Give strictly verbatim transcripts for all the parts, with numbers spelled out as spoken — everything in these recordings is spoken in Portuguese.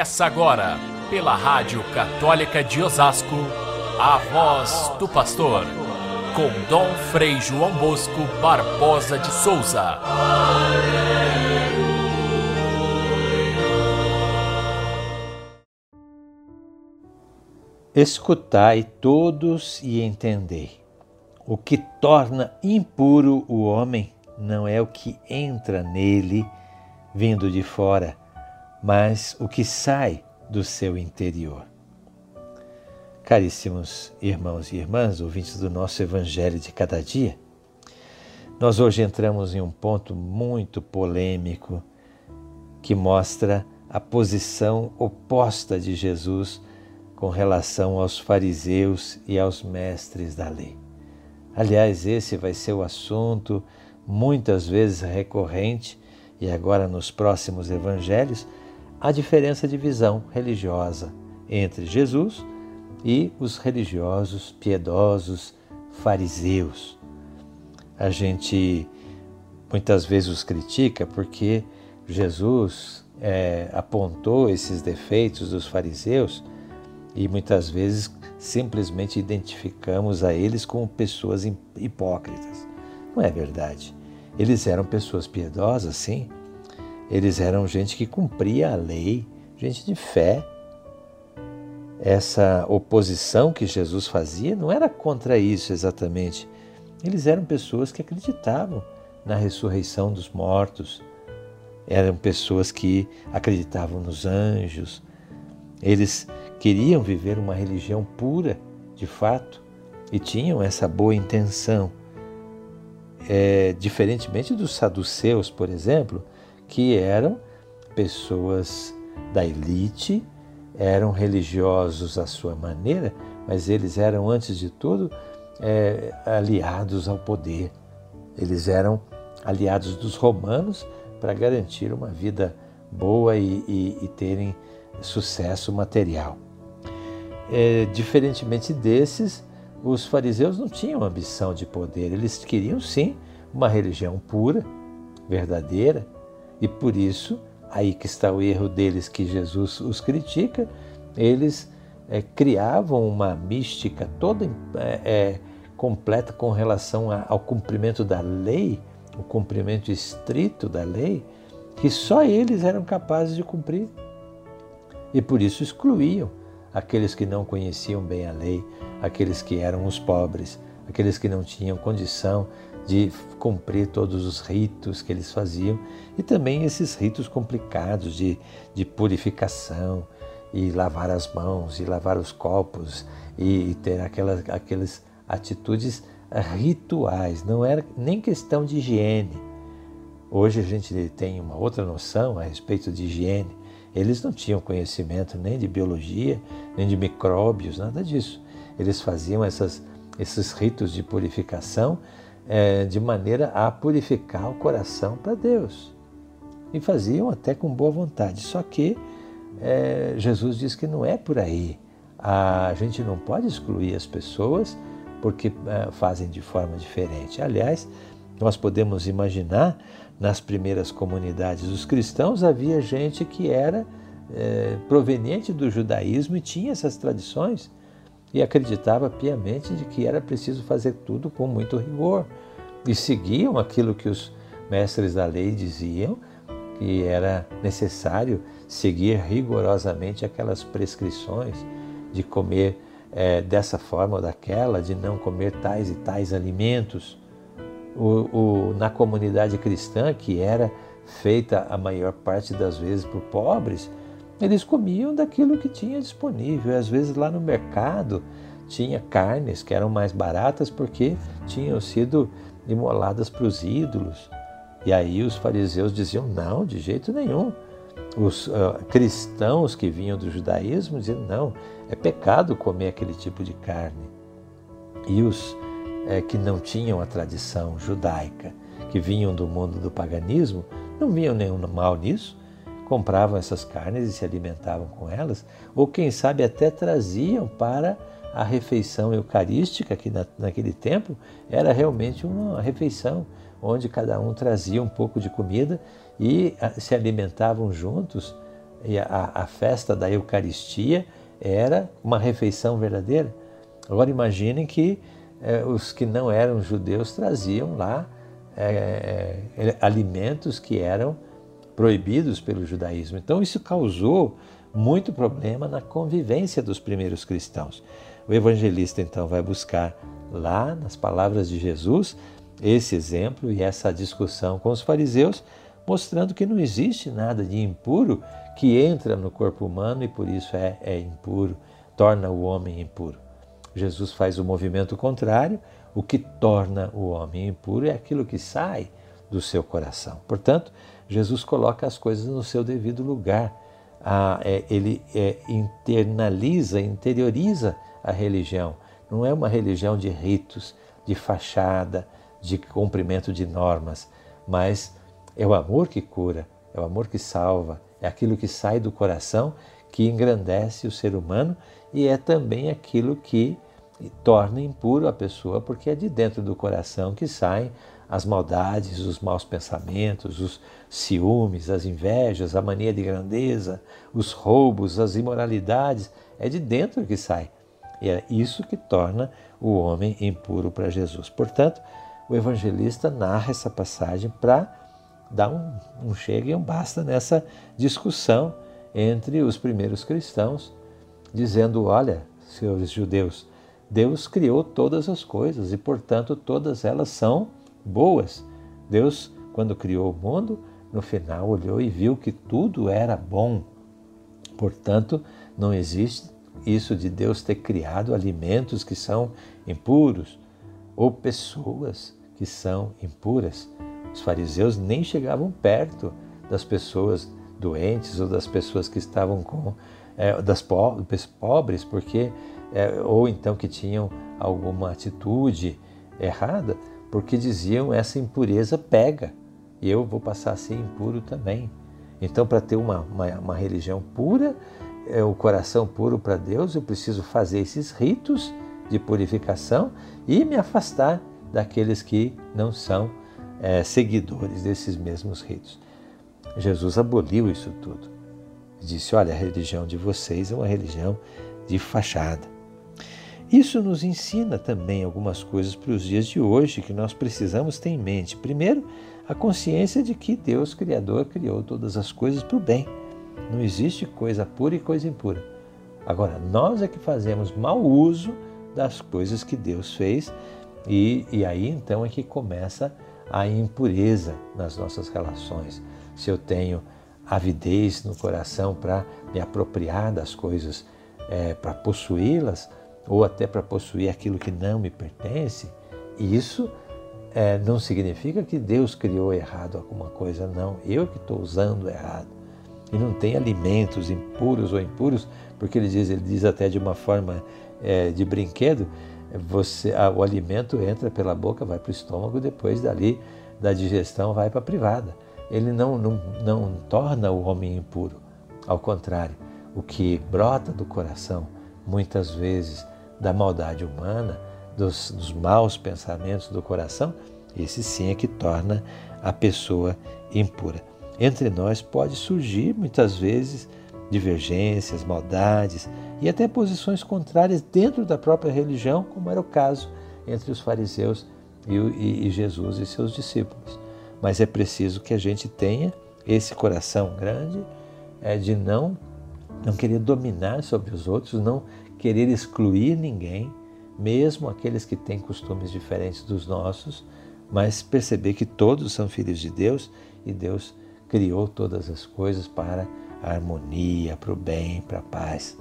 Começa agora, pela Rádio Católica de Osasco, a Voz do Pastor, com Dom Frei João Bosco Barbosa de Souza. Escutai todos e entendei. O que torna impuro o homem não é o que entra nele, vindo de fora, mas o que sai do seu interior. Caríssimos irmãos e irmãs, ouvintes do nosso Evangelho de cada dia, nós hoje entramos em um ponto muito polêmico que mostra a posição oposta de Jesus com relação aos fariseus e aos mestres da lei. Aliás, esse vai ser o assunto muitas vezes recorrente, e agora nos próximos evangelhos, a diferença de visão religiosa entre Jesus e os religiosos piedosos fariseus. A gente muitas vezes os critica porque Jesus é, apontou esses defeitos dos fariseus e muitas vezes simplesmente identificamos a eles como pessoas hipócritas. Não é verdade. Eles eram pessoas piedosas, sim. Eles eram gente que cumpria a lei, gente de fé. Essa oposição que Jesus fazia não era contra isso exatamente. Eles eram pessoas que acreditavam na ressurreição dos mortos. Eram pessoas que acreditavam nos anjos. Eles queriam viver uma religião pura, de fato, e tinham essa boa intenção. É, diferentemente dos saduceus, por exemplo, que eram pessoas da elite, eram religiosos à sua maneira, mas eles eram, antes de tudo, é, aliados ao poder. Eles eram aliados dos romanos para garantir uma vida boa e, e, e terem sucesso material. É, diferentemente desses, os fariseus não tinham ambição de poder, eles queriam sim uma religião pura, verdadeira, e por isso, aí que está o erro deles que Jesus os critica, eles é, criavam uma mística toda é, é, completa com relação a, ao cumprimento da lei, o cumprimento estrito da lei, que só eles eram capazes de cumprir. E por isso excluíam aqueles que não conheciam bem a lei, aqueles que eram os pobres, aqueles que não tinham condição de cumprir todos os ritos que eles faziam, e também esses ritos complicados de, de purificação, e lavar as mãos, e lavar os copos, e, e ter aquelas, aquelas atitudes rituais, não era nem questão de higiene. Hoje a gente tem uma outra noção a respeito de higiene. Eles não tinham conhecimento nem de biologia, nem de micróbios, nada disso. Eles faziam essas, esses ritos de purificação é, de maneira a purificar o coração para Deus. E faziam até com boa vontade. Só que é, Jesus diz que não é por aí. A gente não pode excluir as pessoas porque é, fazem de forma diferente. Aliás, nós podemos imaginar, nas primeiras comunidades dos cristãos, havia gente que era é, proveniente do judaísmo e tinha essas tradições e acreditava piamente de que era preciso fazer tudo com muito rigor e seguiam aquilo que os mestres da lei diziam, que era necessário seguir rigorosamente aquelas prescrições de comer é, dessa forma ou daquela, de não comer tais e tais alimentos. O, o, na comunidade cristã, que era feita a maior parte das vezes por pobres, eles comiam daquilo que tinha disponível. E às vezes lá no mercado tinha carnes que eram mais baratas porque tinham sido imoladas para os ídolos. E aí os fariseus diziam, não, de jeito nenhum. Os uh, cristãos que vinham do judaísmo diziam, não, é pecado comer aquele tipo de carne. E os É, que não tinham a tradição judaica, que vinham do mundo do paganismo, não viam nenhum mal nisso, compravam essas carnes e se alimentavam com elas, ou quem sabe até traziam para a refeição eucarística, que na, naquele tempo era realmente uma refeição, onde cada um trazia um pouco de comida e se alimentavam juntos E a, a festa da Eucaristia era uma refeição verdadeira. Agora imaginem que eh, os que não eram judeus traziam lá eh, eh, alimentos que eram proibidos pelo judaísmo. Então isso causou muito problema na convivência dos primeiros cristãos. O evangelista então vai buscar lá nas palavras de Jesus esse exemplo e essa discussão com os fariseus, mostrando que não existe nada de impuro que entra no corpo humano e por isso é, é impuro, torna o homem impuro. Jesus faz o movimento contrário, o que torna o homem impuro é aquilo que sai do seu coração. Portanto, Jesus coloca as coisas no seu devido lugar. Ah, é, ele é, internaliza, interioriza a religião. Não é uma religião de ritos, de fachada, de cumprimento de normas, mas é o amor que cura, é o amor que salva, é aquilo que sai do coração, que engrandece o ser humano e é também aquilo que torna impuro a pessoa, porque é de dentro do coração que saem as maldades, os maus pensamentos, os ciúmes, as invejas, a mania de grandeza, os roubos, as imoralidades, é de dentro que sai. E é isso que torna o homem impuro para Jesus. Portanto, o evangelista narra essa passagem para dar um, um chega e um basta nessa discussão entre os primeiros cristãos, dizendo, olha, senhores judeus, Deus criou todas as coisas e, portanto, todas elas são boas. Deus, quando criou o mundo, no final olhou e viu que tudo era bom. Portanto, não existe isso de Deus ter criado alimentos que são impuros ou pessoas que são impuras. Os fariseus nem chegavam perto das pessoas doentes ou das pessoas que estavam com é, das po- pobres, porque é, ou então que tinham alguma atitude errada, porque diziam essa impureza pega e eu vou passar a ser impuro também. Então, para ter uma, uma, uma religião pura, é, o coração puro para Deus, eu preciso fazer esses ritos de purificação e me afastar daqueles que não são é, seguidores desses mesmos ritos. Jesus aboliu isso tudo. Disse, olha, a religião de vocês é uma religião de fachada. Isso nos ensina também algumas coisas para os dias de hoje que nós precisamos ter em mente. Primeiro, a consciência de que Deus, Criador, criou todas as coisas para o bem. Não existe coisa pura e coisa impura. Agora, nós é que fazemos mau uso das coisas que Deus fez e, e aí então é que começa a impureza nas nossas relações. Se eu tenho avidez no coração para me apropriar das coisas, é, para possuí-las, ou até para possuir aquilo que não me pertence, isso é, não significa que Deus criou errado alguma coisa, não. Eu que estou usando errado. E não tem alimentos impuros ou impuros, porque ele diz, ele diz até de uma forma é, de brinquedo, você, a, o alimento entra pela boca, vai para o estômago, depois dali da digestão vai para a privada. Ele não, não, não torna o homem impuro. Ao contrário, o que brota do coração, muitas vezes, da maldade humana, dos, dos maus pensamentos do coração, esse sim é que torna a pessoa impura. Entre nós pode surgir, muitas vezes, divergências, maldades e até posições contrárias dentro da própria religião, como era o caso entre os fariseus e, e, e Jesus e seus discípulos. Mas é preciso que a gente tenha esse coração grande é, de não, não querer dominar sobre os outros, não querer excluir ninguém, mesmo aqueles que têm costumes diferentes dos nossos, mas perceber que todos são filhos de Deus e Deus criou todas as coisas para a harmonia, para o bem, para a paz.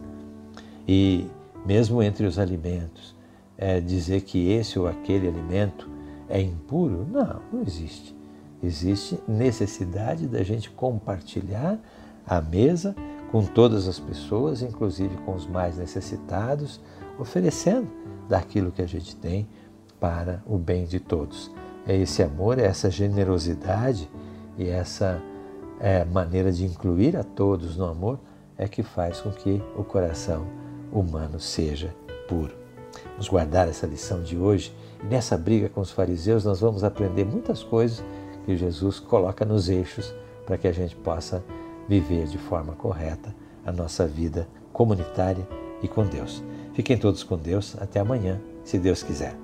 E mesmo entre os alimentos, é, dizer que esse ou aquele alimento é impuro, não, não existe. Existe necessidade da gente compartilhar a mesa com todas as pessoas, inclusive com os mais necessitados, oferecendo daquilo que a gente tem para o bem de todos. É esse amor, é essa generosidade e essa é, maneira de incluir a todos no amor é que faz com que o coração humano seja puro. Vamos guardar essa lição de hoje e nessa briga com os fariseus nós vamos aprender muitas coisas que Jesus coloca nos eixos para que a gente possa viver de forma correta a nossa vida comunitária e com Deus. Fiquem todos com Deus. Até amanhã, se Deus quiser.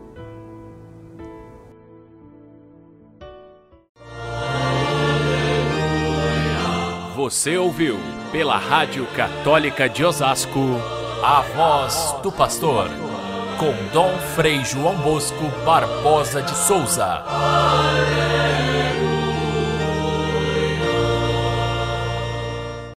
Você ouviu pela Rádio Católica de Osasco a Voz do Pastor, com Dom Frei João Bosco Barbosa de Souza.